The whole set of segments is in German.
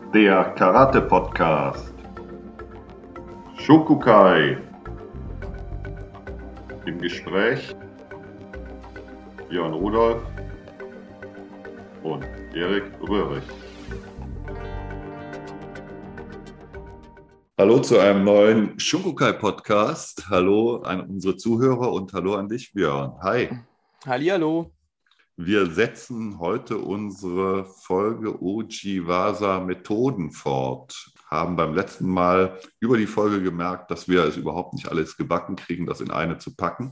Der Karate-Podcast. Shokukai. Im Gespräch Björn Rudolf und Erik Röhrig. Hallo zu einem neuen Shokukai-Podcast. Hallo an unsere Zuhörer und hallo an dich, Björn. Hi. Hallihallo. Wir setzen heute unsere Folge Ojiwasa Methoden fort. Haben beim letzten Mal über die Folge gemerkt, dass wir es überhaupt nicht alles gebacken kriegen, das in eine zu packen.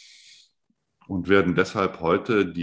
Und werden deshalb heute die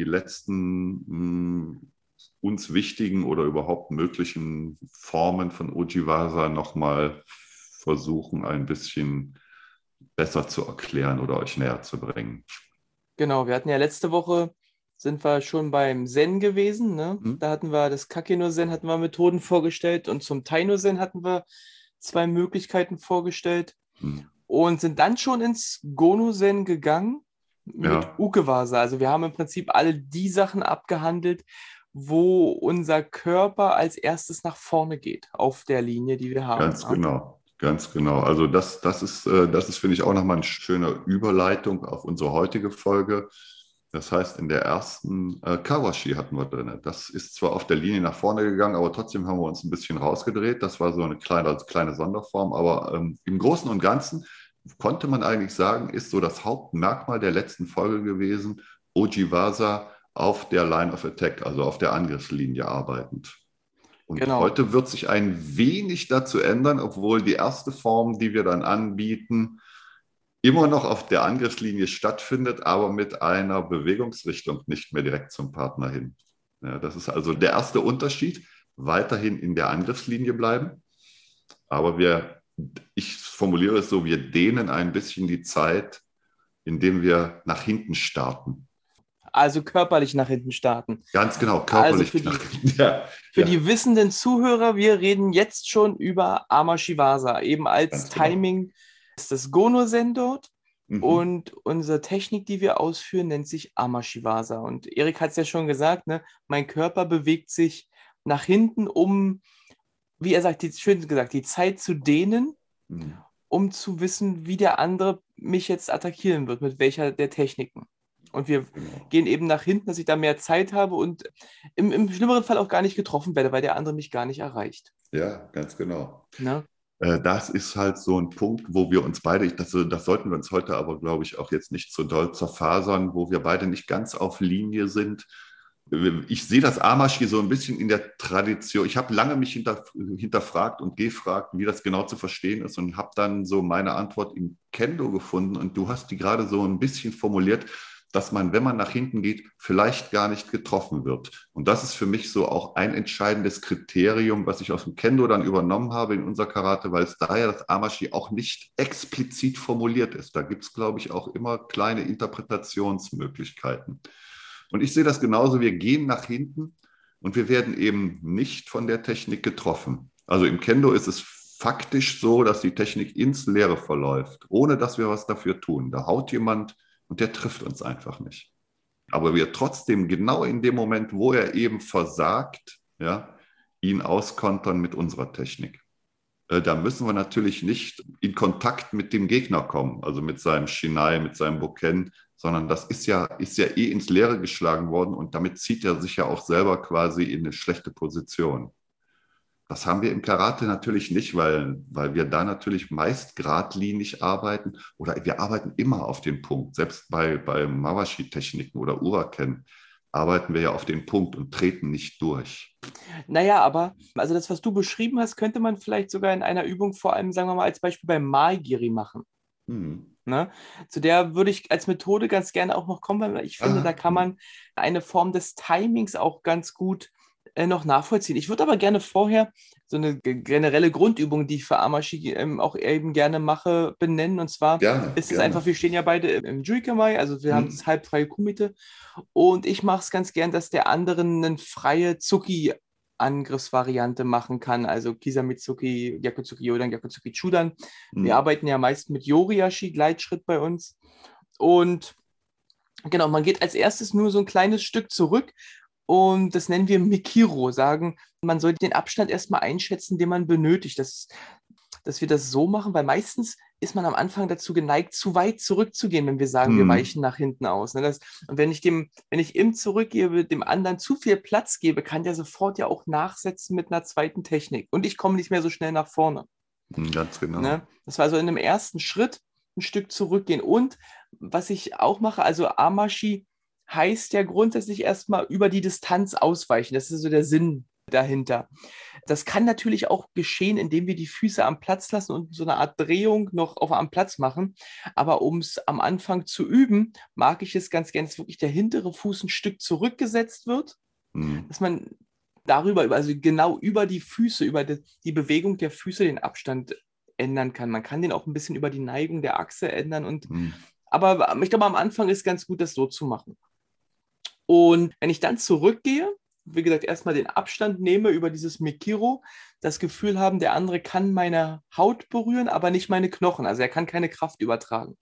letzten uns wichtigen oder überhaupt möglichen Formen von Ojiwasa nochmal versuchen, ein bisschen besser zu erklären oder euch näher zu bringen. Genau, wir hatten ja letzte Woche, sind wir schon beim Zen gewesen, ne? Da hatten wir das Kakeno-Zen, hatten wir Methoden vorgestellt und zum Taino-Zen hatten wir 2 Möglichkeiten vorgestellt und sind dann schon ins Gono-Zen gegangen mit Ukewasa. Also wir haben im Prinzip alle die Sachen abgehandelt, wo unser Körper als erstes nach vorne geht auf der Linie, die wir haben. Ganz genau. Ganz genau. Also das ist, finde ich, auch nochmal eine schöne Überleitung auf unsere heutige Folge. Das heißt, in der ersten Kawashi hatten wir drin. Das ist zwar auf der Linie nach vorne gegangen, aber trotzdem haben wir uns ein bisschen rausgedreht. Das war so eine kleine Sonderform. Aber im Großen und Ganzen konnte man eigentlich sagen, ist so das Hauptmerkmal der letzten Folge gewesen, Ojiwasa auf der Line of Attack, also auf der Angriffslinie arbeitend. Und heute wird sich ein wenig dazu ändern, obwohl die erste Form, die wir dann anbieten, immer noch auf der Angriffslinie stattfindet, aber mit einer Bewegungsrichtung nicht mehr direkt zum Partner hin. Ja, das ist also der erste Unterschied. Weiterhin in der Angriffslinie bleiben, aber ich formuliere es so, wir dehnen ein bisschen die Zeit, indem wir nach hinten starten. Also körperlich nach hinten starten. Ganz genau, körperlich also nach hinten. Für die wissenden Zuhörer, wir reden jetzt schon über Amashiwasa, eben als Ganz Timing genau. Ist das Gono-Zen dort. Und unsere Technik, die wir ausführen, nennt sich Amashiwasa. Und Erik hat es ja schon gesagt, ne? Mein Körper bewegt sich nach hinten, um, wie er sagt, schön gesagt, die Zeit zu dehnen, um zu wissen, wie der andere mich jetzt attackieren wird, mit welcher der Techniken. Und wir gehen eben nach hinten, dass ich da mehr Zeit habe und im schlimmeren Fall auch gar nicht getroffen werde, weil der andere mich gar nicht erreicht. Ja, ganz genau. Na? Das ist halt so ein Punkt, wo wir uns beide, das sollten wir uns heute aber, glaube ich, auch jetzt nicht so doll zerfasern, wo wir beide nicht ganz auf Linie sind. Ich sehe das Amashi so ein bisschen in der Tradition. Ich habe lange mich hinterfragt und gefragt, wie das genau zu verstehen ist und habe dann so meine Antwort im Kendo gefunden. Und du hast die gerade so ein bisschen formuliert, dass man, wenn man nach hinten geht, vielleicht gar nicht getroffen wird. Und das ist für mich so auch ein entscheidendes Kriterium, was ich aus dem Kendo dann übernommen habe in unser Karate, weil es da ja das Amashi auch nicht explizit formuliert ist. Da gibt es, glaube ich, auch immer kleine Interpretationsmöglichkeiten. Und ich sehe das genauso, wir gehen nach hinten und wir werden eben nicht von der Technik getroffen. Also im Kendo ist es faktisch so, dass die Technik ins Leere verläuft, ohne dass wir was dafür tun. Da haut jemand und der trifft uns einfach nicht. Aber wir trotzdem genau in dem Moment, wo er eben versagt, ja, ihn auskontern mit unserer Technik. Da müssen wir natürlich nicht in Kontakt mit dem Gegner kommen, also mit seinem Shinai, mit seinem Boken, sondern das ist ja eh ins Leere geschlagen worden und damit zieht er sich ja auch selber quasi in eine schlechte Position. Das haben wir im Karate natürlich nicht, weil wir da natürlich meist geradlinig arbeiten oder wir arbeiten immer auf den Punkt. Selbst bei Mawashi-Techniken oder Uraken arbeiten wir ja auf den Punkt und treten nicht durch. Naja, aber also das, was du beschrieben hast, könnte man vielleicht sogar in einer Übung vor allem, sagen wir mal, als Beispiel beim Maigiri machen. Ne? Zu der würde ich als Methode ganz gerne auch noch kommen, weil ich finde, da kann man eine Form des Timings auch ganz gut noch nachvollziehen. Ich würde aber gerne vorher so eine generelle Grundübung, die ich für Amashi auch eben gerne mache, benennen. Und zwar ist es einfach, wir stehen ja beide im Juikamai, also wir haben das halbfreie Kumite. Und ich mache es ganz gern, dass der andere eine freie Zuki-Angriffsvariante machen kann, also Kisamitsuki, Gyakutsuki Yodan, Gyakutsuki Chudan. Wir arbeiten ja meist mit Yoriashi, Gleitschritt bei uns. Und genau, man geht als erstes nur so ein kleines Stück zurück Und das nennen wir Mikiro, sagen, man sollte den Abstand erstmal einschätzen, den man benötigt. Dass wir das so machen, weil meistens ist man am Anfang dazu geneigt, zu weit zurückzugehen, wenn wir sagen, wir weichen nach hinten aus. Ne? Und wenn ich im Zurückgebe, dem anderen zu viel Platz gebe, kann der sofort ja auch nachsetzen mit einer zweiten Technik. Und ich komme nicht mehr so schnell nach vorne. Ganz genau. Ne? Das war also in einem ersten Schritt ein Stück zurückgehen. Und was ich auch mache, also Armmachi heißt ja grundsätzlich erstmal über die Distanz ausweichen. Das ist so der Sinn dahinter. Das kann natürlich auch geschehen, indem wir die Füße am Platz lassen und so eine Art Drehung noch am Platz machen. Aber um es am Anfang zu üben, mag ich es ganz gerne, dass wirklich der hintere Fuß ein Stück zurückgesetzt wird, dass man darüber, also genau über die Füße, über die Bewegung der Füße den Abstand ändern kann. Man kann den auch ein bisschen über die Neigung der Achse ändern. Aber ich glaube, am Anfang ist ganz gut, das so zu machen. Und wenn ich dann zurückgehe, wie gesagt, erstmal den Abstand nehme über dieses Mikiro, das Gefühl haben, der andere kann meine Haut berühren, aber nicht meine Knochen. Also er kann keine Kraft übertragen.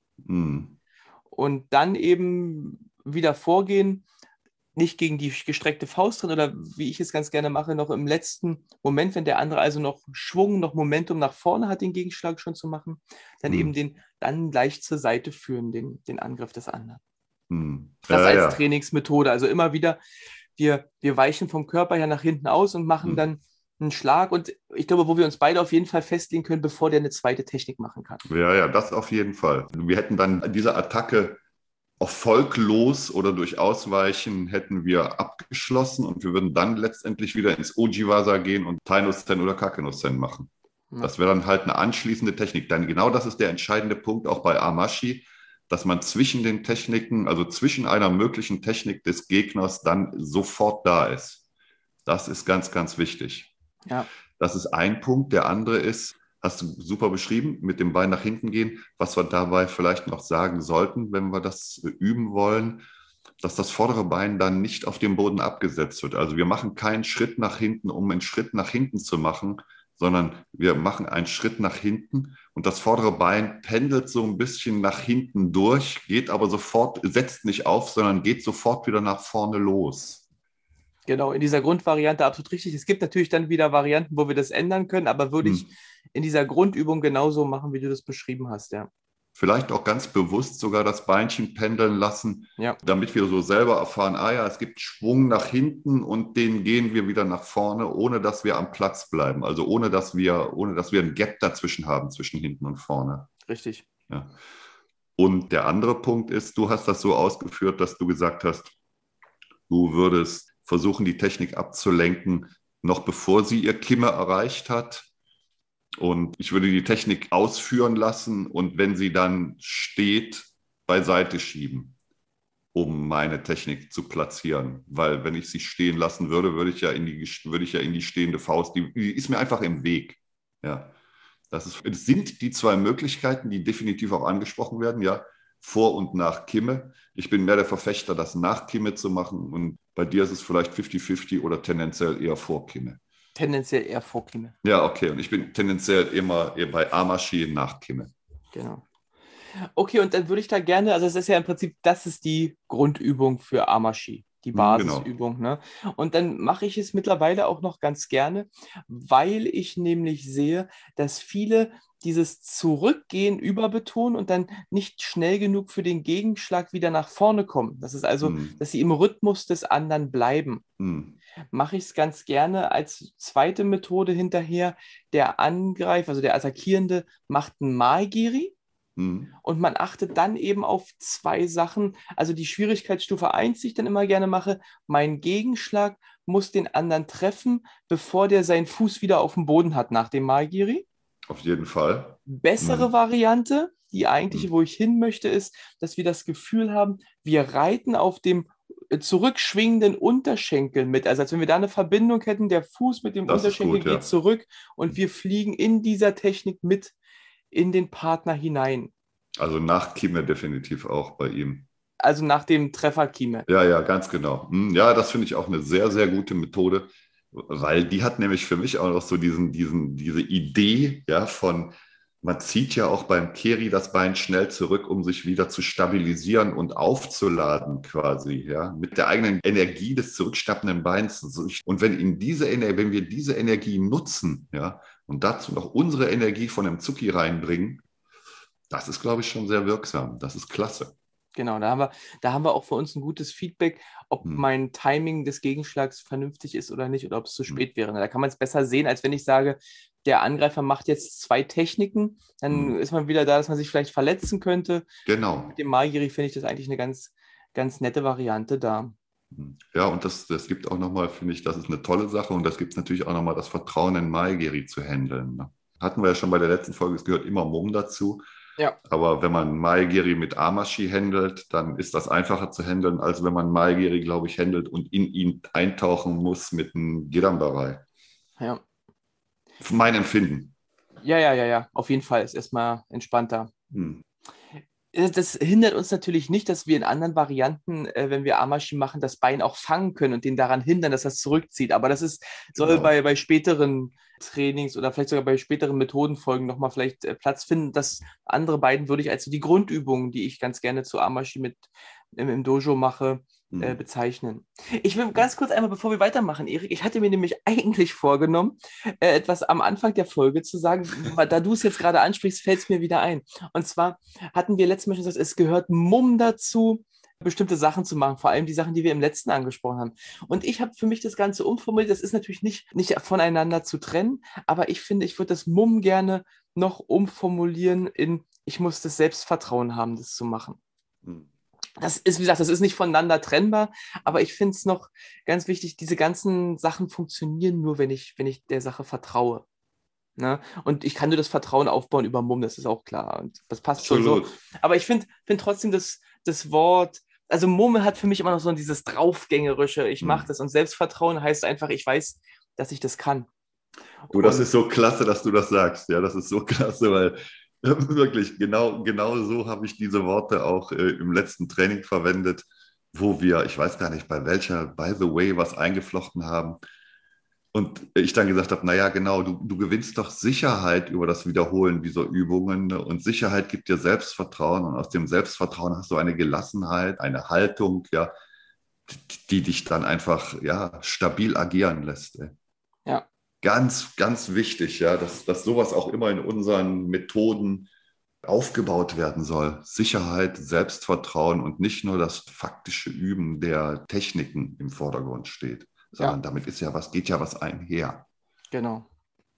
Und dann eben wieder vorgehen, nicht gegen die gestreckte Faust drin oder wie ich es ganz gerne mache, noch im letzten Moment, wenn der andere also noch Schwung, noch Momentum nach vorne hat, den Gegenschlag schon zu machen, dann eben dann leicht zur Seite führen, den Angriff des anderen. Das als Trainingsmethode. Also immer wieder, wir weichen vom Körper her nach hinten aus und machen dann einen Schlag. Und ich glaube, wo wir uns beide auf jeden Fall festlegen können, bevor der eine zweite Technik machen kann. Ja, das auf jeden Fall. Wir hätten dann diese Attacke erfolglos oder durch Ausweichen hätten wir abgeschlossen und wir würden dann letztendlich wieder ins Ojiwasa gehen und Tai-no-Sen oder Kake-no-Sen machen. Das wäre dann halt eine anschließende Technik. Denn genau das ist der entscheidende Punkt auch bei Armmachi, dass man zwischen den Techniken, also zwischen einer möglichen Technik des Gegners dann sofort da ist. Das ist ganz, ganz wichtig. Ja. Das ist ein Punkt. Der andere ist, hast du super beschrieben, mit dem Bein nach hinten gehen, was wir dabei vielleicht noch sagen sollten, wenn wir das üben wollen, dass das vordere Bein dann nicht auf dem Boden abgesetzt wird. Also wir machen keinen Schritt nach hinten, um einen Schritt nach hinten zu machen, sondern wir machen einen Schritt nach hinten und das vordere Bein pendelt so ein bisschen nach hinten durch, geht aber sofort, setzt nicht auf, sondern geht sofort wieder nach vorne los. Genau, in dieser Grundvariante absolut richtig. Es gibt natürlich dann wieder Varianten, wo wir das ändern können, aber würde ich in dieser Grundübung genauso machen, wie du das beschrieben hast, ja. Vielleicht auch ganz bewusst sogar das Beinchen pendeln lassen, damit wir so selber erfahren, es gibt Schwung nach hinten und den gehen wir wieder nach vorne, ohne dass wir am Platz bleiben. Also ohne dass wir ein Gap dazwischen haben, zwischen hinten und vorne. Richtig. Ja. Und der andere Punkt ist, du hast das so ausgeführt, dass du gesagt hast, du würdest versuchen, die Technik abzulenken, noch bevor sie ihr Kimme erreicht hat. Und ich würde die Technik ausführen lassen und wenn sie dann steht, beiseite schieben, um meine Technik zu platzieren. Weil wenn ich sie stehen lassen würde, würde ich ja in die stehende Faust, die ist mir einfach im Weg. Ja. Es sind die zwei Möglichkeiten, die definitiv auch angesprochen werden, ja, vor und nach Kimme. Ich bin mehr der Verfechter, das nach Kimme zu machen und bei dir ist es vielleicht 50-50 oder tendenziell eher vor Kimme. Tendenziell eher vor Kimme. Ja, okay. Und ich bin tendenziell immer eher bei Armmachi nach Kimme. Genau. Okay, und dann würde ich da gerne, also es ist ja im Prinzip, das ist die Grundübung für Armmachi, die Basisübung. Genau. Ne? Und dann mache ich es mittlerweile auch noch ganz gerne, weil ich nämlich sehe, dass viele dieses Zurückgehen überbetonen und dann nicht schnell genug für den Gegenschlag wieder nach vorne kommen. Das ist also, dass sie im Rhythmus des anderen bleiben. Mache ich es ganz gerne als zweite Methode hinterher. Der Angreifer, also der Attackierende, macht einen Maegiri. Und man achtet dann eben auf zwei Sachen. Also die Schwierigkeitsstufe 1, die ich dann immer gerne mache, mein Gegenschlag muss den anderen treffen, bevor der seinen Fuß wieder auf dem Boden hat nach dem Maegiri. Auf jeden Fall. Bessere Variante, die eigentliche, wo ich hin möchte, ist, dass wir das Gefühl haben, wir reiten auf dem zurückschwingenden Unterschenkel mit. Also als wenn wir da eine Verbindung hätten, der Fuß mit dem Unterschenkel geht zurück und wir fliegen in dieser Technik mit in den Partner hinein. Also nach Kimme definitiv auch bei ihm. Also nach dem Treffer Kimme. Ja, ganz genau. Ja, das finde ich auch eine sehr, sehr gute Methode, weil die hat nämlich für mich auch noch so diese Idee, ja, von Man zieht ja auch beim Keri das Bein schnell zurück, um sich wieder zu stabilisieren und aufzuladen quasi, ja, mit der eigenen Energie des zurückschnappenden Beins. Und wenn wir diese Energie nutzen, ja, und dazu noch unsere Energie von dem Zucki reinbringen, das ist, glaube ich, schon sehr wirksam. Das ist klasse. Genau, da haben wir auch für uns ein gutes Feedback, ob mein Timing des Gegenschlags vernünftig ist oder nicht oder ob es zu spät wäre. Da kann man es besser sehen, als wenn ich sage, der Angreifer macht jetzt 2 Techniken, dann ist man wieder da, dass man sich vielleicht verletzen könnte. Genau. Mit dem Magiri finde ich das eigentlich eine ganz, ganz nette Variante da. Ja, und das gibt auch nochmal, finde ich, das ist eine tolle Sache und das gibt natürlich auch nochmal das Vertrauen in Magiri zu handeln. Ne? Hatten wir ja schon bei der letzten Folge, es gehört immer Mumm dazu. Ja. Aber wenn man Maegiri mit Amashi handelt, dann ist das einfacher zu handeln, als wenn man Maegiri, glaube ich, handelt und in ihn eintauchen muss mit einem Girambarei. Ja. Mein Empfinden. Ja. Auf jeden Fall ist erstmal entspannter. Das hindert uns natürlich nicht, dass wir in anderen Varianten, wenn wir Amashi machen, das Bein auch fangen können und den daran hindern, dass das zurückzieht. Aber das soll bei späteren Trainings oder vielleicht sogar bei späteren Methodenfolgen nochmal vielleicht Platz finden. Das andere beiden würde ich als die Grundübungen, die ich ganz gerne zu Amashi im Dojo mache, bezeichnen. Ich will ganz kurz einmal, bevor wir weitermachen, Erik, ich hatte mir nämlich eigentlich vorgenommen, etwas am Anfang der Folge zu sagen, da du es jetzt gerade ansprichst, fällt es mir wieder ein. Und zwar hatten wir letztes Mal schon gesagt, es gehört Mumm dazu, bestimmte Sachen zu machen, vor allem die Sachen, die wir im letzten angesprochen haben. Und ich habe für mich das Ganze umformuliert, das ist natürlich nicht voneinander zu trennen, aber ich finde, ich würde das Mumm gerne noch umformulieren in, ich muss das Selbstvertrauen haben, das zu machen. Das ist, wie gesagt, das ist nicht voneinander trennbar, aber ich finde es noch ganz wichtig, diese ganzen Sachen funktionieren nur, wenn ich der Sache vertraue. Ne? Und ich kann nur das Vertrauen aufbauen über Mumm, das ist auch klar. Und das passt Absolut. Schon so. Aber ich finde trotzdem das Wort, also Mumm hat für mich immer noch so dieses Draufgängerische, ich mache das. Und Selbstvertrauen heißt einfach, ich weiß, dass ich das kann. Du, das ist so klasse, dass du das sagst. Ja, das ist so klasse, weil wirklich, genau so habe ich diese Worte auch im letzten Training verwendet, wo wir, ich weiß gar nicht, bei welcher, by the way, was eingeflochten haben. Und ich dann gesagt habe, naja, genau, du gewinnst doch Sicherheit über das Wiederholen dieser Übungen. Ne? Und Sicherheit gibt dir Selbstvertrauen. Und aus dem Selbstvertrauen hast du eine Gelassenheit, eine Haltung, ja, die dich dann einfach ja, stabil agieren lässt. Ey. Ja. Ganz, ganz wichtig, ja, dass sowas auch immer in unseren Methoden aufgebaut werden soll. Sicherheit, Selbstvertrauen und nicht nur das faktische Üben der Techniken im Vordergrund steht, sondern damit geht ja was einher. Genau.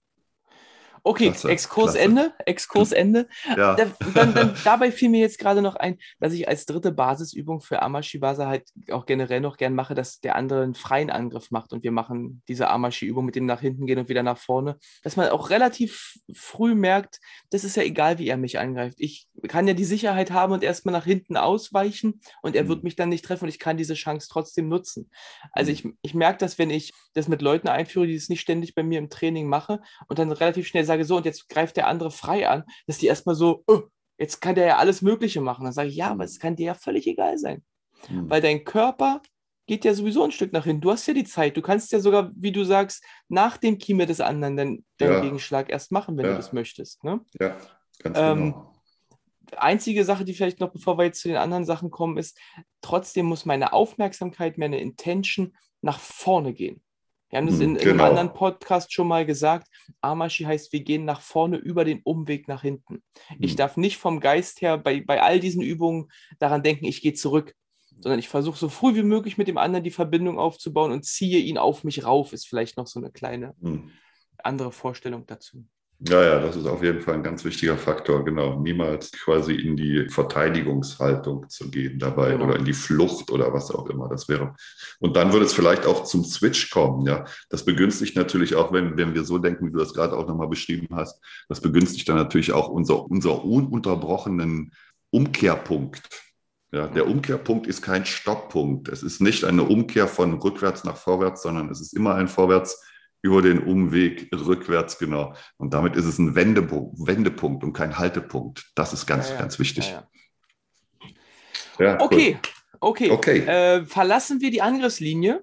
Okay, Klasse, Exkursende. Ja. Dann dabei fiel mir jetzt gerade noch ein, dass ich als dritte Basisübung für Amashi-Basa halt auch generell noch gern mache, dass der andere einen freien Angriff macht und wir machen diese Amashi-Übung mit dem nach hinten gehen und wieder nach vorne, dass man auch relativ früh merkt, das ist ja egal, wie er mich angreift. Ich kann ja die Sicherheit haben und erstmal nach hinten ausweichen und er wird mich dann nicht treffen und ich kann diese Chance trotzdem nutzen. Also ich merke das, wenn ich das mit Leuten einführe, die es nicht ständig bei mir im Training mache und dann relativ schnell sage, so, und jetzt greift der andere frei an, dass die erstmal so, jetzt kann der ja alles Mögliche machen. Dann sage ich, ja, aber es kann dir ja völlig egal sein. Weil dein Körper geht ja sowieso ein Stück nach hinten. Du hast ja die Zeit. Du kannst ja sogar, wie du sagst, nach dem Kiemen des anderen deinen Gegenschlag erst machen, wenn du das möchtest. Ne? Ja, ganz genau. Einzige Sache, die vielleicht noch, bevor wir jetzt zu den anderen Sachen kommen, ist, trotzdem muss meine Aufmerksamkeit, meine Intention nach vorne gehen. Wir haben das in einem anderen Podcast schon mal gesagt. Amashi heißt, wir gehen nach vorne über den Umweg nach hinten. Ich darf nicht vom Geist her bei all diesen Übungen daran denken, ich gehe zurück, sondern ich versuche so früh wie möglich mit dem anderen die Verbindung aufzubauen und ziehe ihn auf mich rauf, ist vielleicht noch so eine kleine andere Vorstellung dazu. Ja, das ist auf jeden Fall ein ganz wichtiger Faktor, genau. Niemals quasi in die Verteidigungshaltung zu gehen dabei oder in die Flucht oder was auch immer das wäre. Und dann würde es vielleicht auch zum Switch kommen, ja. Das begünstigt natürlich auch, wenn wir so denken, wie du das gerade auch nochmal beschrieben hast, das begünstigt dann natürlich auch unser ununterbrochenen Umkehrpunkt. Ja, der Umkehrpunkt ist kein Stopppunkt. Es ist nicht eine Umkehr von rückwärts nach vorwärts, sondern es ist immer ein Vorwärts über den Umweg rückwärts, genau. Und damit ist es ein Wendepunkt und kein Haltepunkt. Das ist ganz wichtig. Ja, okay. Verlassen wir die Angriffslinie.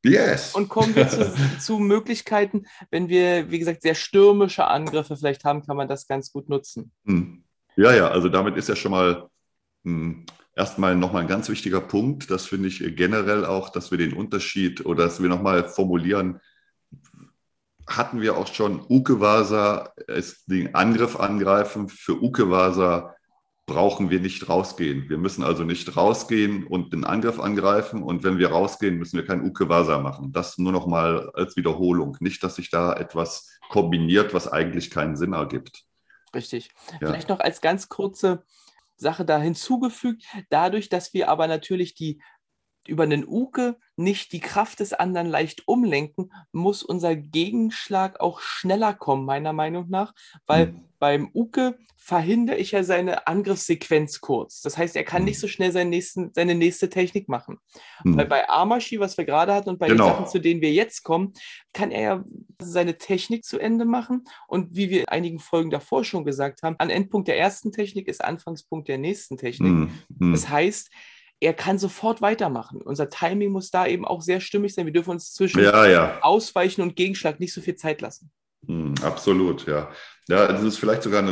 Yes. Und kommen wir zu Möglichkeiten, wenn wir, wie gesagt, sehr stürmische Angriffe vielleicht haben, kann man das ganz gut nutzen. Ja, also damit ist ja schon mal erstmal nochmal ein ganz wichtiger Punkt. Das finde ich generell auch, dass wir den Unterschied oder dass wir nochmal formulieren, hatten wir auch schon Ukewasa, den Angriff angreifen. Für Ukewasa brauchen wir nicht rausgehen. Wir müssen also nicht rausgehen und den Angriff angreifen. Und wenn wir rausgehen, müssen wir kein Ukewasa machen. Das nur noch mal als Wiederholung. Nicht, dass sich da etwas kombiniert, was eigentlich keinen Sinn ergibt. Richtig. Ja. Vielleicht noch als ganz kurze Sache da hinzugefügt, dadurch, dass wir aber natürlich über einen Uke nicht die Kraft des anderen leicht umlenken, muss unser Gegenschlag auch schneller kommen, meiner Meinung nach, weil beim Uke verhindere ich ja seine Angriffssequenz kurz. Das heißt, er kann nicht so schnell seine nächste Technik machen. Weil bei Amashi, was wir gerade hatten und bei den Sachen, zu denen wir jetzt kommen, kann er ja seine Technik zu Ende machen und wie wir in einigen Folgen davor schon gesagt haben, an Endpunkt der ersten Technik ist Anfangspunkt der nächsten Technik. Das heißt, er kann sofort weitermachen. Unser Timing muss da eben auch sehr stimmig sein. Wir dürfen uns zwischen Ausweichen und Gegenschlag nicht so viel Zeit lassen. Absolut, ja. Ja, das ist vielleicht sogar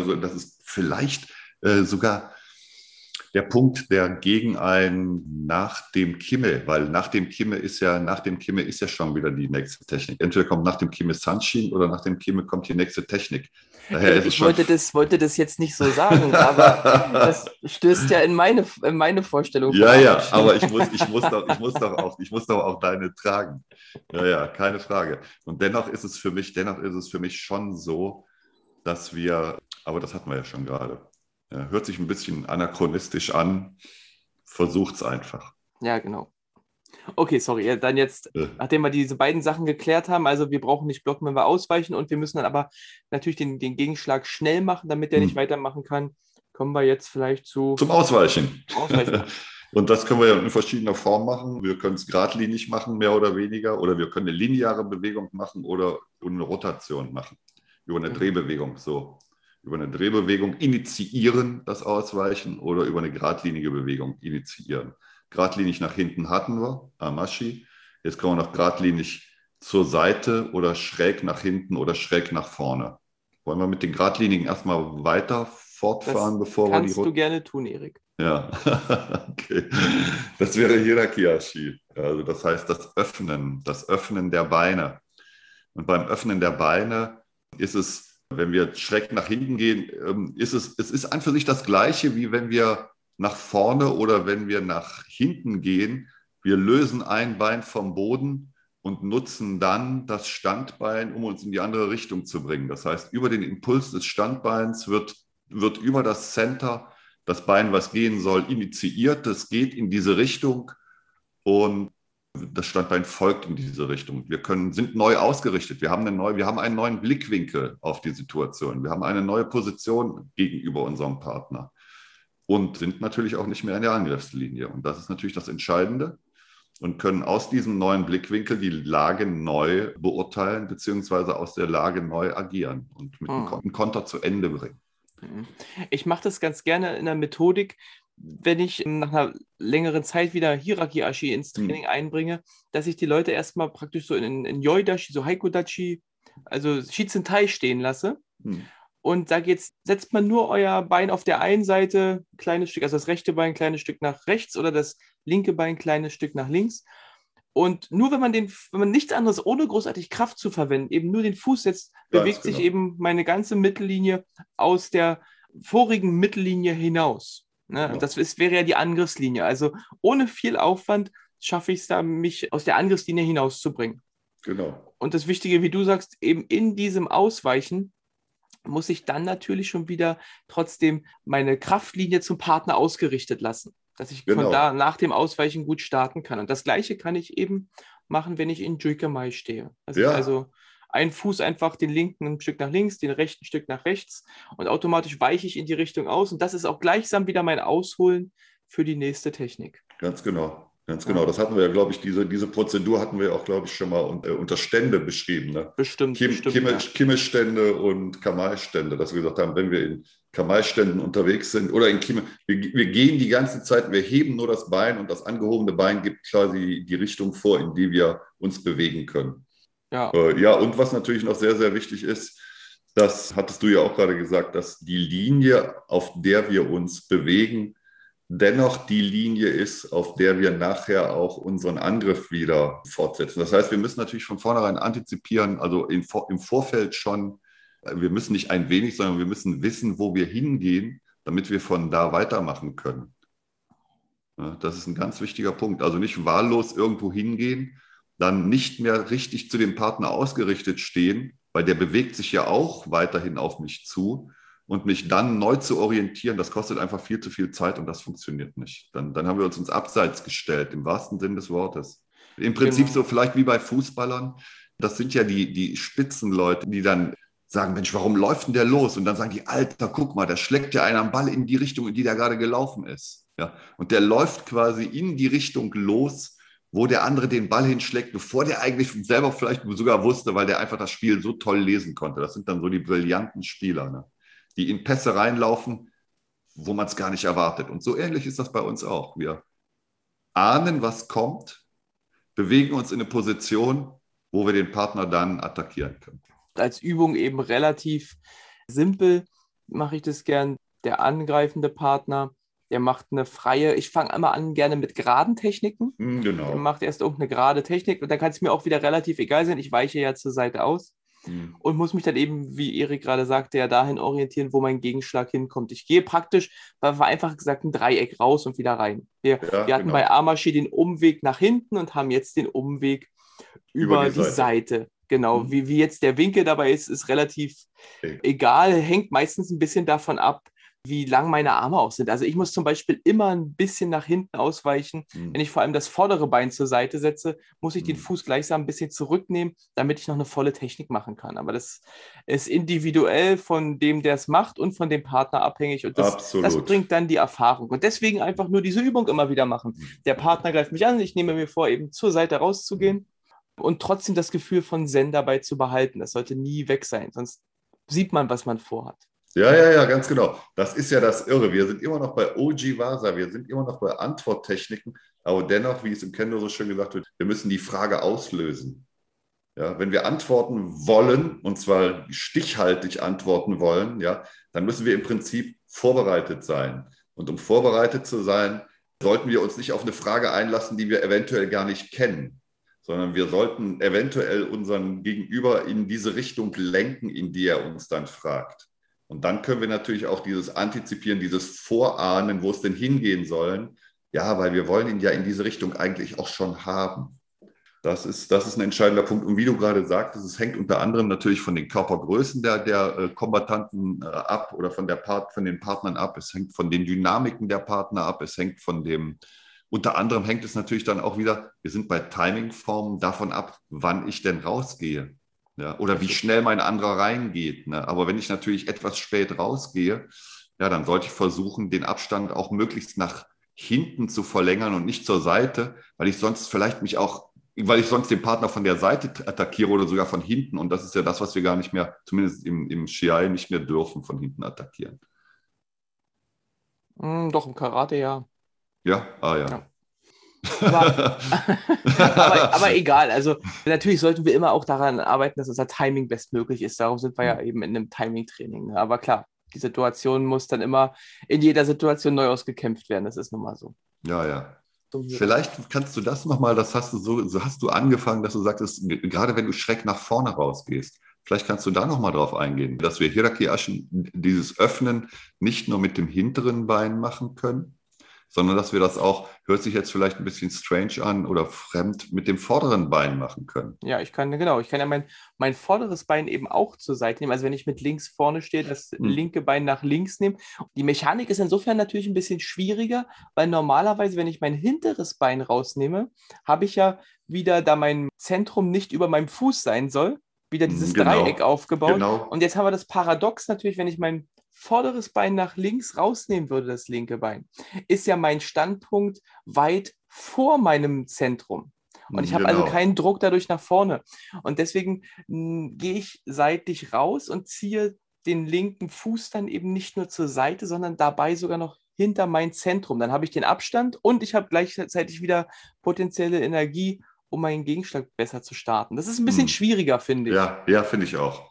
sogar der Punkt, der gegen einen nach dem Kimme, weil nach dem Kimme ist ja schon wieder die nächste Technik. Entweder kommt nach dem Kimme Sanshin oder nach dem Kimme kommt die nächste Technik. Daher ich wollte das jetzt nicht so sagen, aber das stößt ja in meine Vorstellung. Ja, aber ich muss doch auch deine tragen. Ja, keine Frage. Und dennoch ist es für mich schon so, dass wir, aber das hatten wir ja schon gerade. Ja, hört sich ein bisschen anachronistisch an. Versucht's einfach. Ja, genau. Okay, sorry. Dann jetzt, nachdem wir diese beiden Sachen geklärt haben, also wir brauchen nicht blocken, wenn wir ausweichen und wir müssen dann aber natürlich den Gegenschlag schnell machen, damit der nicht weitermachen kann, kommen wir jetzt vielleicht zum Ausweichen. Und das können wir ja in verschiedener Form machen. Wir können es geradlinig machen, mehr oder weniger, oder wir können eine lineare Bewegung machen oder eine Rotation machen. Über eine Drehbewegung, so. Über eine Drehbewegung initiieren das Ausweichen oder über eine geradlinige Bewegung initiieren. Geradlinig nach hinten hatten wir, Amashi. Jetzt kommen wir noch geradlinig zur Seite oder schräg nach hinten oder schräg nach vorne. Wollen wir mit den geradlinigen erstmal weiter fortfahren, bevor wir die kannst du gerne tun, Erik. Ja, okay. Das wäre Hirakiashi. Also das heißt das Öffnen der Beine. Und beim Öffnen der Beine ist es, wenn wir schräg nach hinten gehen, es ist an für sich das Gleiche, wie wenn wir nach vorne oder wenn wir nach hinten gehen. Wir lösen ein Bein vom Boden und nutzen dann das Standbein, um uns in die andere Richtung zu bringen. Das heißt, über den Impuls des Standbeins wird über das Center das Bein, was gehen soll, initiiert. Das geht in diese Richtung und das Standbein folgt in diese Richtung. Wir sind neu ausgerichtet. Wir haben einen neuen Blickwinkel auf die Situation. Wir haben eine neue Position gegenüber unserem Partner und sind natürlich auch nicht mehr in der Angriffslinie. Und das ist natürlich das Entscheidende und können aus diesem neuen Blickwinkel die Lage neu beurteilen beziehungsweise aus der Lage neu agieren und mit einem Konter zu Ende bringen. Ich mache das ganz gerne in der Methodik, wenn ich nach einer längeren Zeit wieder Hirakiashi ins Training einbringe, dass ich die Leute erstmal praktisch so in Yoidashi, so Haikudachi, also Shizentai stehen lasse und sage jetzt, setzt man nur euer Bein auf der einen Seite, kleines Stück, also das rechte Bein, kleines Stück nach rechts oder das linke Bein, kleines Stück nach links. Und nur wenn man nichts anderes, ohne großartig Kraft zu verwenden, eben nur den Fuß setzt, bewegt sich eben meine ganze Mittellinie aus der vorigen Mittellinie hinaus. Ne? Genau. Das wäre ja die Angriffslinie. Also ohne viel Aufwand schaffe ich es da, mich aus der Angriffslinie hinauszubringen. Genau. Und das Wichtige, wie du sagst, eben in diesem Ausweichen muss ich dann natürlich schon wieder trotzdem meine Kraftlinie zum Partner ausgerichtet lassen, dass ich von da nach dem Ausweichen gut starten kann. Und das Gleiche kann ich eben machen, wenn ich in Juikamai stehe. Also einen Fuß einfach den linken ein Stück nach links, den rechten ein Stück nach rechts und automatisch weiche ich in die Richtung aus. Und das ist auch gleichsam wieder mein Ausholen für die nächste Technik. Ganz genau. Ganz genau, das hatten wir ja, glaube ich, diese Prozedur hatten wir auch, glaube ich, schon mal unter Stände beschrieben. Ne? Bestimmt, Kimmel-Stände und Kamai-Stände, dass wir gesagt haben, wenn wir in Kamai-Ständen unterwegs sind oder in Kimmel, wir gehen die ganze Zeit, wir heben nur das Bein und das angehobene Bein gibt quasi die Richtung vor, in die wir uns bewegen können. Ja. Ja, und was natürlich noch sehr, sehr wichtig ist, das hattest du ja auch gerade gesagt, dass die Linie, auf der wir uns bewegen, dennoch die Linie ist, auf der wir nachher auch unseren Angriff wieder fortsetzen. Das heißt, wir müssen natürlich von vornherein antizipieren, also im Vorfeld schon, wir müssen nicht ein wenig, sondern wir müssen wissen, wo wir hingehen, damit wir von da weitermachen können. Ja, das ist ein ganz wichtiger Punkt. Also nicht wahllos irgendwo hingehen, dann nicht mehr richtig zu dem Partner ausgerichtet stehen, weil der bewegt sich ja auch weiterhin auf mich zu. Und mich dann neu zu orientieren, das kostet einfach viel zu viel Zeit und das funktioniert nicht. Dann haben wir uns ins Abseits gestellt, im wahrsten Sinn des Wortes. Im Prinzip so vielleicht wie bei Fußballern. Das sind ja die Spitzenleute, die dann sagen, Mensch, warum läuft denn der los? Und dann sagen die, Alter, guck mal, da schlägt ja einer am Ball in die Richtung, in die der gerade gelaufen ist. Ja? Und der läuft quasi in die Richtung los, wo der andere den Ball hinschlägt, bevor der eigentlich selber vielleicht sogar wusste, weil der einfach das Spiel so toll lesen konnte. Das sind dann so die brillanten Spieler, ne? Die in Pässe reinlaufen, wo man es gar nicht erwartet. Und so ähnlich ist das bei uns auch. Wir ahnen, was kommt, bewegen uns in eine Position, wo wir den Partner dann attackieren können. Als Übung eben relativ simpel mache ich das gern. Der angreifende Partner, der macht eine freie, ich fange immer an gerne mit geraden Techniken. Genau. Der macht erst irgendeine gerade Technik und dann kann es mir auch wieder relativ egal sein. Ich weiche ja zur Seite aus. Und muss mich dann eben, wie Erik gerade sagte, ja dahin orientieren, wo mein Gegenschlag hinkommt. Ich gehe praktisch, vereinfacht gesagt, ein Dreieck raus und wieder rein. Wir hatten bei Amashi den Umweg nach hinten und haben jetzt den Umweg über die Seite. Genau, wie jetzt der Winkel dabei ist relativ egal, hängt meistens ein bisschen davon ab, wie lang meine Arme auch sind. Also ich muss zum Beispiel immer ein bisschen nach hinten ausweichen. Wenn ich vor allem das vordere Bein zur Seite setze, muss ich den Fuß gleichsam ein bisschen zurücknehmen, damit ich noch eine volle Technik machen kann. Aber das ist individuell von dem, der es macht und von dem Partner abhängig. Und das bringt dann die Erfahrung. Und deswegen einfach nur diese Übung immer wieder machen. Der Partner greift mich an, ich nehme mir vor, eben zur Seite rauszugehen und trotzdem das Gefühl von Zen dabei zu behalten. Das sollte nie weg sein, sonst sieht man, was man vorhat. Ja, ganz genau. Das ist ja das Irre. Wir sind immer noch bei Ojiwasa, wir sind immer noch bei Antworttechniken, aber dennoch, wie es im Kendo so schön gesagt wird, wir müssen die Frage auslösen. Ja, wenn wir antworten wollen, und zwar stichhaltig antworten wollen, ja, dann müssen wir im Prinzip vorbereitet sein. Und um vorbereitet zu sein, sollten wir uns nicht auf eine Frage einlassen, die wir eventuell gar nicht kennen, sondern wir sollten eventuell unseren Gegenüber in diese Richtung lenken, in die er uns dann fragt. Und dann können wir natürlich auch dieses Antizipieren, dieses Vorahnen, wo es denn hingehen sollen. Ja, weil wir wollen ihn ja in diese Richtung eigentlich auch schon haben. Das ist ein entscheidender Punkt. Und wie du gerade sagtest, es hängt unter anderem natürlich von den Körpergrößen der Kombattanten ab oder von den Partnern ab. Es hängt von den Dynamiken der Partner ab. Es hängt unter anderem hängt es natürlich dann auch wieder, wir sind bei Timingformen davon ab, wann ich denn rausgehe. Ja, oder wie schnell mein anderer reingeht. Ne? Aber wenn ich natürlich etwas spät rausgehe, ja, dann sollte ich versuchen, den Abstand auch möglichst nach hinten zu verlängern und nicht zur Seite, weil ich sonst den Partner von der Seite attackiere oder sogar von hinten. Und das ist ja das, was wir gar nicht mehr, zumindest im Shiai, nicht mehr dürfen, von hinten attackieren. Doch, im Karate ja. Ja, ja. Aber egal, also natürlich sollten wir immer auch daran arbeiten, dass unser Timing bestmöglich ist. Darum sind wir ja eben in einem Timing-Training. Ne? Aber klar, die Situation muss dann immer in jeder Situation neu ausgekämpft werden. Das ist nun mal so. Ja. Vielleicht kannst du das nochmal, das hast du angefangen, dass du sagtest, gerade wenn du schräg nach vorne rausgehst, vielleicht kannst du da nochmal drauf eingehen, dass wir Hirakiashi, dieses Öffnen, nicht nur mit dem hinteren Bein machen können, sondern dass wir das auch, hört sich jetzt vielleicht ein bisschen strange an oder fremd, mit dem vorderen Bein machen können. Ja, ich kann ja mein vorderes Bein eben auch zur Seite nehmen. Also wenn ich mit links vorne stehe, das linke Bein nach links nehmen. Die Mechanik ist insofern natürlich ein bisschen schwieriger, weil normalerweise, wenn ich mein hinteres Bein rausnehme, habe ich ja wieder, da mein Zentrum nicht über meinem Fuß sein soll, wieder dieses Dreieck aufgebaut. Genau. Und jetzt haben wir das Paradox natürlich, wenn ich mein vorderes Bein nach links rausnehmen würde, das linke Bein, ist ja mein Standpunkt weit vor meinem Zentrum. Und ich habe also keinen Druck dadurch nach vorne. Und deswegen gehe ich seitlich raus und ziehe den linken Fuß dann eben nicht nur zur Seite, sondern dabei sogar noch hinter mein Zentrum. Dann habe ich den Abstand und ich habe gleichzeitig wieder potenzielle Energie, um meinen Gegenschlag besser zu starten. Das ist ein bisschen schwieriger, finde ich. Ja, finde ich auch.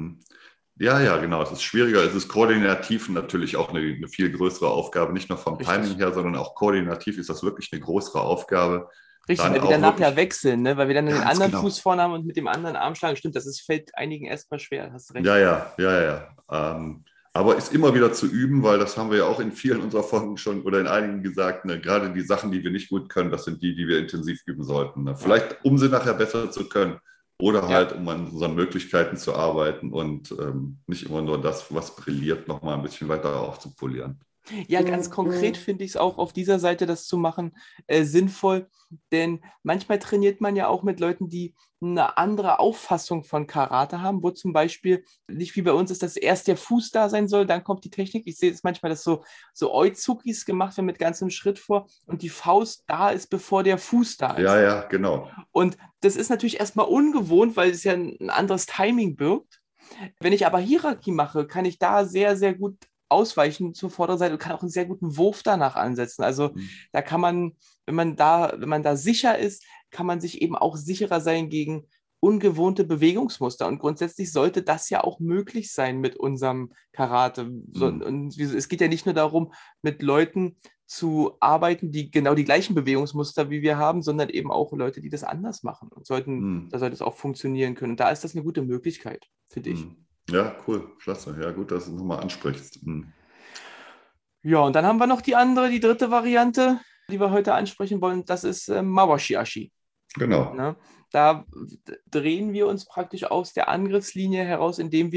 Ja, genau. Es ist schwieriger. Es ist koordinativ natürlich auch eine viel größere Aufgabe. Nicht nur vom Timing her, sondern auch koordinativ ist das wirklich eine größere Aufgabe. Richtig, weil wir danach ja wechseln, ne? Weil wir dann den anderen Fuß vorne haben und mit dem anderen Arm schlagen. Stimmt, fällt einigen erstmal schwer, hast recht. Ja. Aber ist immer wieder zu üben, weil das haben wir ja auch in vielen unserer Folgen schon oder in einigen gesagt, ne? Gerade die Sachen, die wir nicht gut können, das sind die wir intensiv üben sollten. Ne? Vielleicht, um sie nachher besser zu können oder halt, um an unseren Möglichkeiten zu arbeiten und nicht immer nur das, was brilliert, nochmal ein bisschen weiter aufzupolieren. Ja, ganz konkret finde ich es auch auf dieser Seite, das zu machen, sinnvoll, denn manchmal trainiert man ja auch mit Leuten, die eine andere Auffassung von Karate haben, wo zum Beispiel nicht wie bei uns ist, dass erst der Fuß da sein soll, dann kommt die Technik. Ich sehe es manchmal, dass so Oizukis gemacht werden mit ganzem Schritt vor und die Faust da ist, bevor der Fuß da ist. Ja, genau. Und das ist natürlich erstmal ungewohnt, weil es ja ein anderes Timing birgt. Wenn ich aber Hierarchie mache, kann ich da sehr, sehr gut ausweichen zur vorderen Seite und kann auch einen sehr guten Wurf danach ansetzen. Also da kann man, wenn man da sicher ist, kann man sich eben auch sicherer sein gegen ungewohnte Bewegungsmuster. Und grundsätzlich sollte das ja auch möglich sein mit unserem Karate. Und es geht ja nicht nur darum, mit Leuten zu arbeiten, die genau die gleichen Bewegungsmuster wie wir haben, sondern eben auch Leute, die das anders machen. Und da sollte es auch funktionieren können. Und da ist das eine gute Möglichkeit, finde ich. Ja, cool, klasse. Ja, gut, dass du es nochmal ansprichst. Ja, und dann haben wir noch die dritte Variante, die wir heute ansprechen wollen. Das ist Mawashi-Ashi. Genau. Ne? Da drehen wir uns praktisch aus der Angriffslinie heraus, indem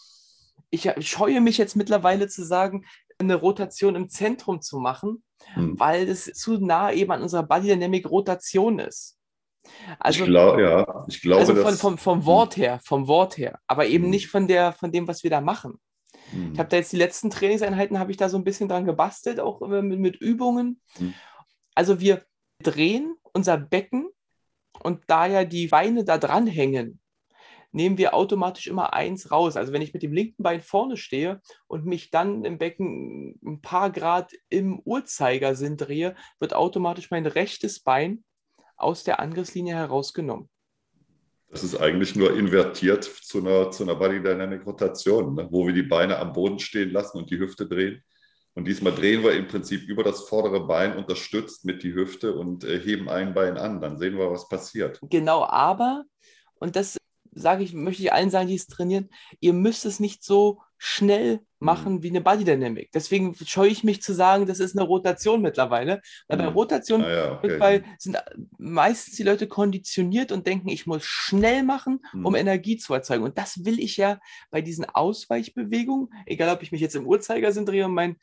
ich scheue mich jetzt mittlerweile zu sagen, eine Rotation im Zentrum zu machen, weil es zu nah eben an unserer Body Dynamic Rotation ist. Also, ich glaube, also vom Wort her, aber eben nicht von dem, was wir da machen. Ich habe da jetzt die letzten Trainingseinheiten, habe ich da so ein bisschen dran gebastelt, auch mit Übungen. Also wir drehen unser Becken und da ja die Beine da dran hängen, nehmen wir automatisch immer eins raus. Also wenn ich mit dem linken Bein vorne stehe und mich dann im Becken ein paar Grad im Uhrzeigersinn drehe, wird automatisch mein rechtes Bein aus der Angriffslinie herausgenommen. Das ist eigentlich nur invertiert zu einer Body Dynamic Rotation, ne? Wo wir die Beine am Boden stehen lassen und die Hüfte drehen. Und diesmal drehen wir im Prinzip über das vordere Bein unterstützt mit die Hüfte und heben ein Bein an. Dann sehen wir, was passiert. Genau, aber, und das möchte ich allen sagen, die es trainieren, ihr müsst es nicht so schnell machen wie eine Body Dynamic. Deswegen scheue ich mich zu sagen, das ist eine Rotation mittlerweile. Weil bei Rotation sind meistens die Leute konditioniert und denken, ich muss schnell machen, um Energie zu erzeugen. Und das will ich ja bei diesen Ausweichbewegungen, egal ob ich mich jetzt im Uhrzeigersinn drehe und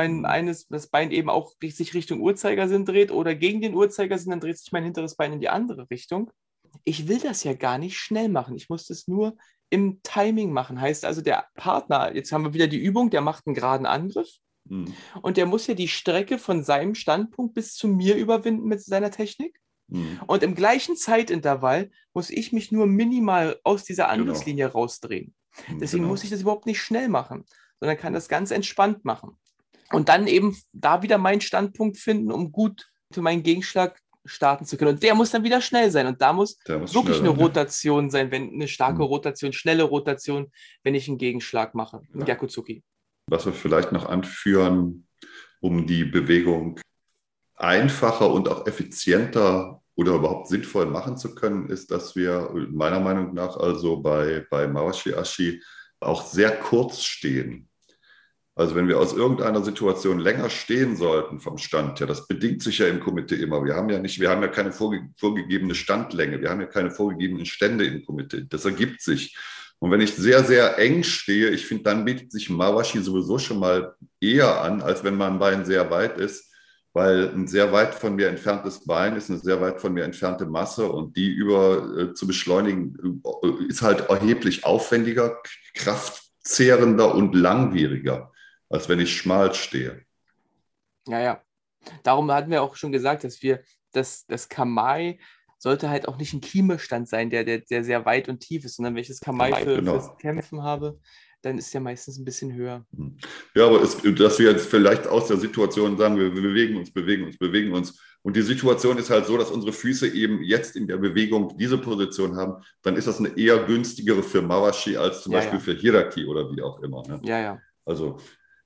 das Bein eben auch sich Richtung Uhrzeigersinn dreht oder gegen den Uhrzeigersinn, dann dreht sich mein hinteres Bein in die andere Richtung. Ich will das ja gar nicht schnell machen. Ich muss das nur im Timing machen. Heißt also, der Partner, jetzt haben wir wieder die Übung, der macht einen geraden Angriff und der muss ja die Strecke von seinem Standpunkt bis zu mir überwinden mit seiner Technik. Und im gleichen Zeitintervall muss ich mich nur minimal aus dieser Angriffslinie rausdrehen. Deswegen muss ich das überhaupt nicht schnell machen, sondern kann das ganz entspannt machen. Und dann eben da wieder meinen Standpunkt finden, um gut für meinen Gegenschlag starten zu können. Und der muss dann wieder schnell sein. Und da muss wirklich eine Rotation sein, eine starke Rotation, schnelle Rotation, wenn ich einen Gegenschlag mache. Ein Gyakutsuki. Was wir vielleicht noch anführen, um die Bewegung einfacher und auch effizienter oder überhaupt sinnvoll machen zu können, ist, dass wir meiner Meinung nach also bei Mawashi-Ashi auch sehr kurz stehen. Also wenn wir aus irgendeiner Situation länger stehen sollten vom Stand her, das bedingt sich ja im Komitee immer. Wir haben ja keine vorgegebene Standlänge, wir haben ja keine vorgegebenen Stände im Komitee. Das ergibt sich. Und wenn ich sehr, sehr eng stehe, ich finde, dann bietet sich Mawashi sowieso schon mal eher an, als wenn mein Bein sehr weit ist, weil ein sehr weit von mir entferntes Bein ist eine sehr weit von mir entfernte Masse und die zu beschleunigen ist halt erheblich aufwendiger, kraftzehrender und langwieriger. als wenn ich schmal stehe. Ja, ja. Darum hatten wir auch schon gesagt, dass das Kamai sollte halt auch nicht ein Kiemestand sein, der sehr weit und tief ist, sondern wenn ich das Kamai fürs Kämpfen habe, dann ist der meistens ein bisschen höher. Ja, aber dass wir jetzt vielleicht aus der Situation sagen, wir bewegen uns. Und die Situation ist halt so, dass unsere Füße eben jetzt in der Bewegung diese Position haben, dann ist das eine eher günstigere für Mawashi als zum Beispiel für Hiraki oder wie auch immer. Ne? Ja, ja. Also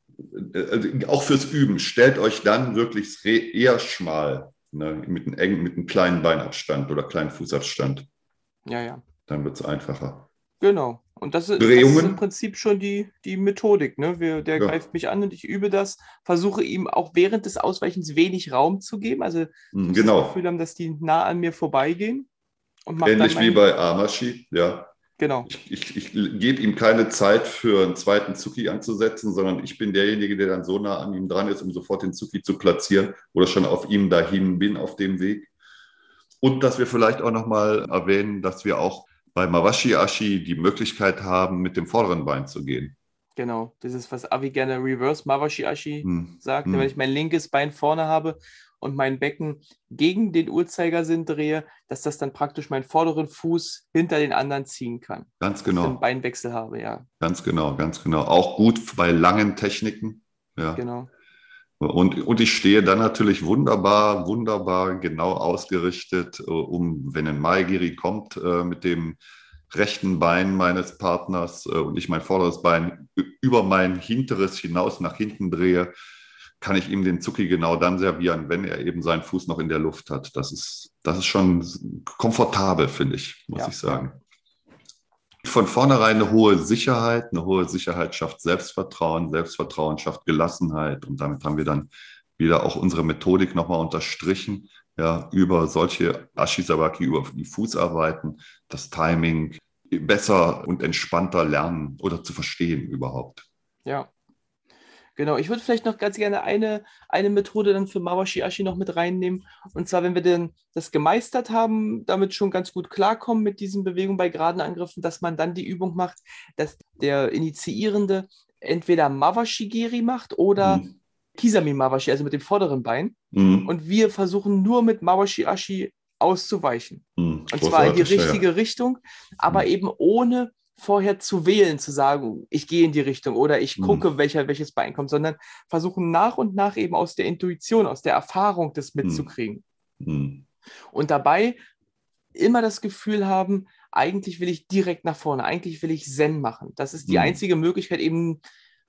auch fürs Üben, stellt euch dann wirklich eher schmal, ne? Mit einem kleinen Beinabstand oder kleinen Fußabstand. Ja, ja. Dann wird es einfacher. Genau. Und das ist im Prinzip schon die Methodik. Ne? Der greift mich an und ich übe das, versuche ihm auch während des Ausweichens wenig Raum zu geben. Also das Gefühl haben, dass die nah an mir vorbeigehen. Und ähnlich wie bei Amashi, ja. Genau. Ich gebe ihm keine Zeit für einen zweiten Zuki anzusetzen, sondern ich bin derjenige, der dann so nah an ihm dran ist, um sofort den Zuki zu platzieren oder schon auf ihm dahin bin auf dem Weg. Und dass wir vielleicht auch nochmal erwähnen, dass wir auch bei Mawashi Ashi die Möglichkeit haben, mit dem vorderen Bein zu gehen. Genau, das ist, was Avi gerne Reverse Mawashi Ashi sagt. Wenn ich mein linkes Bein vorne habe und mein Becken gegen den Uhrzeigersinn drehe, dass das dann praktisch meinen vorderen Fuß hinter den anderen ziehen kann. Ganz genau. Dass ich einen Beinwechsel habe, ja. Ganz genau, ganz genau. Auch gut bei langen Techniken. Ja. Genau. Und ich stehe dann natürlich wunderbar genau ausgerichtet, wenn ein Maegiri kommt mit dem rechten Bein meines Partners und ich mein vorderes Bein über mein hinteres hinaus nach hinten drehe, kann ich ihm den Zuki genau dann servieren, wenn er eben seinen Fuß noch in der Luft hat. Das ist schon komfortabel, finde ich, muss ich sagen. Ja. Von vornherein eine hohe Sicherheit schafft Selbstvertrauen, Selbstvertrauen schafft Gelassenheit und damit haben wir dann wieder auch unsere Methodik nochmal unterstrichen, ja, über solche Ashisabaki, über die Fußarbeiten, das Timing besser und entspannter lernen oder zu verstehen überhaupt. Ja. Genau, ich würde vielleicht noch ganz gerne eine Methode dann für Mawashi Ashi noch mit reinnehmen. Und zwar, wenn wir denn das gemeistert haben, damit schon ganz gut klarkommen mit diesen Bewegungen bei geraden Angriffen, dass man dann die Übung macht, dass der Initiierende entweder Mawashi Geri macht oder Kisami Mawashi, also mit dem vorderen Bein. Und wir versuchen nur mit Mawashi Ashi auszuweichen. Und zwar in die richtige Richtung, aber eben ohne vorher zu wählen, zu sagen, ich gehe in die Richtung oder ich gucke, welches Bein kommt, sondern versuchen nach und nach eben aus der Intuition, aus der Erfahrung das mitzukriegen. Und dabei immer das Gefühl haben, eigentlich will ich direkt nach vorne, eigentlich will ich Zen machen. Das ist die einzige Möglichkeit eben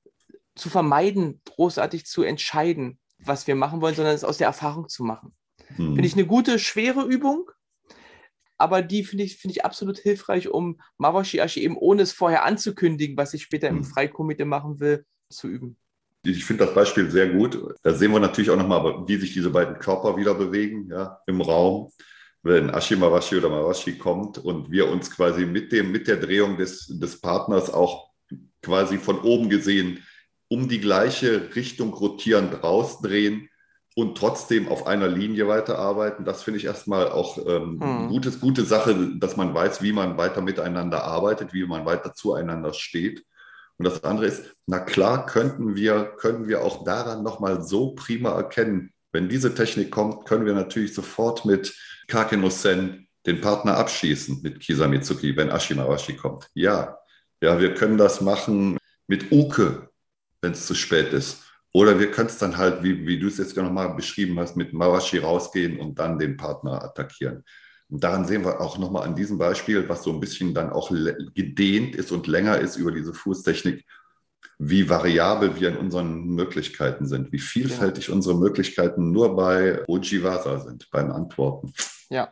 zu vermeiden, großartig zu entscheiden, was wir machen wollen, sondern es aus der Erfahrung zu machen. Finde ich eine gute, schwere Übung, aber die finde ich absolut hilfreich, um Mawashi Ashi eben ohne es vorher anzukündigen, was ich später im Freikomitee machen will, zu üben. Ich finde das Beispiel sehr gut. Da sehen wir natürlich auch nochmal, wie sich diese beiden Körper wieder bewegen, ja, im Raum. Wenn Ashi Mawashi oder Mawashi kommt und wir uns quasi mit der Drehung des Partners auch quasi von oben gesehen um die gleiche Richtung rotierend rausdrehen und trotzdem auf einer Linie weiterarbeiten. Das finde ich erstmal auch gute Sache, dass man weiß, wie man weiter miteinander arbeitet, wie man weiter zueinander steht. Und das andere ist, na klar, können wir auch daran nochmal so prima erkennen, wenn diese Technik kommt, können wir natürlich sofort mit Kake no Sen den Partner abschießen, mit Kisamitsuki, wenn Ashi Mawashi kommt. Ja, wir können das machen mit Uke, wenn es zu spät ist. Oder wir können es dann halt, wie du es jetzt nochmal beschrieben hast, mit Mawashi rausgehen und dann den Partner attackieren. Und daran sehen wir auch nochmal an diesem Beispiel, was so ein bisschen dann auch gedehnt ist und länger ist über diese Fußtechnik, wie variabel wir in unseren Möglichkeiten sind, wie vielfältig unsere Möglichkeiten nur bei Ojiwara sind, beim Antworten. Ja.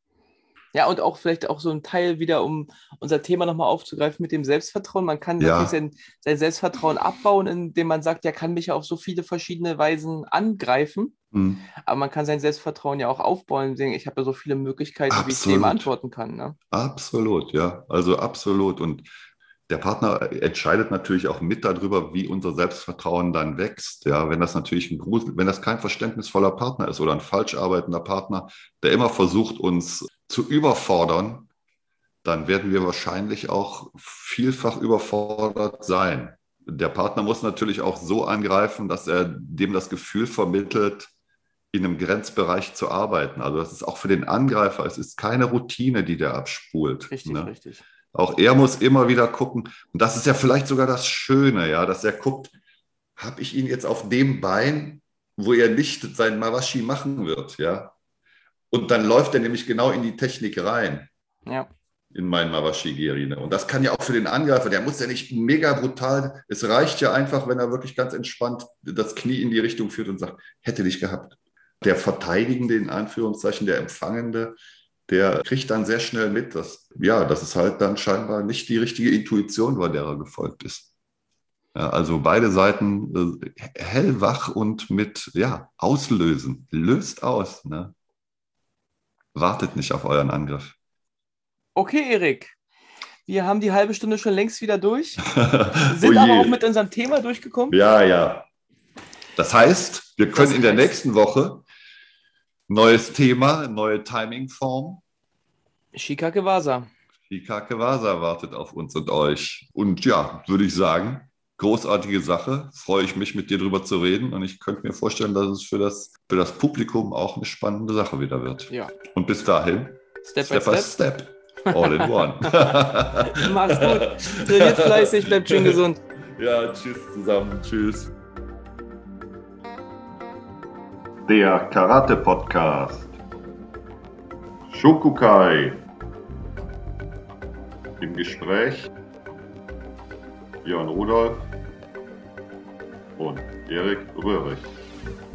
Ja, und auch vielleicht auch so ein Teil wieder, um unser Thema nochmal aufzugreifen mit dem Selbstvertrauen. Man kann natürlich sein Selbstvertrauen abbauen, indem man sagt, er kann mich ja auf so viele verschiedene Weisen angreifen. Aber man kann sein Selbstvertrauen ja auch aufbauen, indem ich habe ja so viele Möglichkeiten, wie ich dem antworten kann. Ne? Absolut, ja. Also absolut. Und der Partner entscheidet natürlich auch mit darüber, wie unser Selbstvertrauen dann wächst. Ja, wenn das natürlich wenn das kein verständnisvoller Partner ist oder ein falsch arbeitender Partner, der immer versucht, uns zu überfordern, dann werden wir wahrscheinlich auch vielfach überfordert sein. Der Partner muss natürlich auch so angreifen, dass er dem das Gefühl vermittelt, in einem Grenzbereich zu arbeiten. Also das ist auch für den Angreifer, es ist keine Routine, die der abspult. Richtig, ne? richtig. Auch er muss immer wieder gucken, und das ist ja vielleicht sogar das Schöne, ja, dass er guckt, habe ich ihn jetzt auf dem Bein, wo er nicht sein Mawashi machen wird, ja. Und dann läuft er nämlich genau in die Technik rein. Ja. In meinen Mawashi-Geri. Ne? Und das kann ja auch für den Angreifer, der muss ja nicht mega brutal, es reicht ja einfach, wenn er wirklich ganz entspannt das Knie in die Richtung führt und sagt, hätte dich gehabt. Der Verteidigende, in Anführungszeichen, der Empfangende, der kriegt dann sehr schnell mit, dass es halt dann scheinbar nicht die richtige Intuition war, der er gefolgt ist. Ja, also beide Seiten hellwach und mit auslösen. Löst aus. Ne? Wartet nicht auf euren Angriff. Okay, Erik. Wir haben die halbe Stunde schon längst wieder durch. Sind aber auch mit unserem Thema durchgekommen. Ja. Das heißt, wir können in der nächsten Woche neues Thema, neue Timingform. Shikake Wasa. Shikake Wasa wartet auf uns und euch. Und ja, würde ich sagen, großartige Sache. Freue ich mich, mit dir drüber zu reden. Und ich könnte mir vorstellen, dass es für das Publikum auch eine spannende Sache wieder wird. Ja. Und bis dahin, Step by Step. All in one. Mach's gut. Trainiert fleißig, bleibt schön gesund. Ja, tschüss zusammen. Tschüss. Der Karate-Podcast. Shokukai. Im Gespräch Björn Rudolph und Erik Röhrig.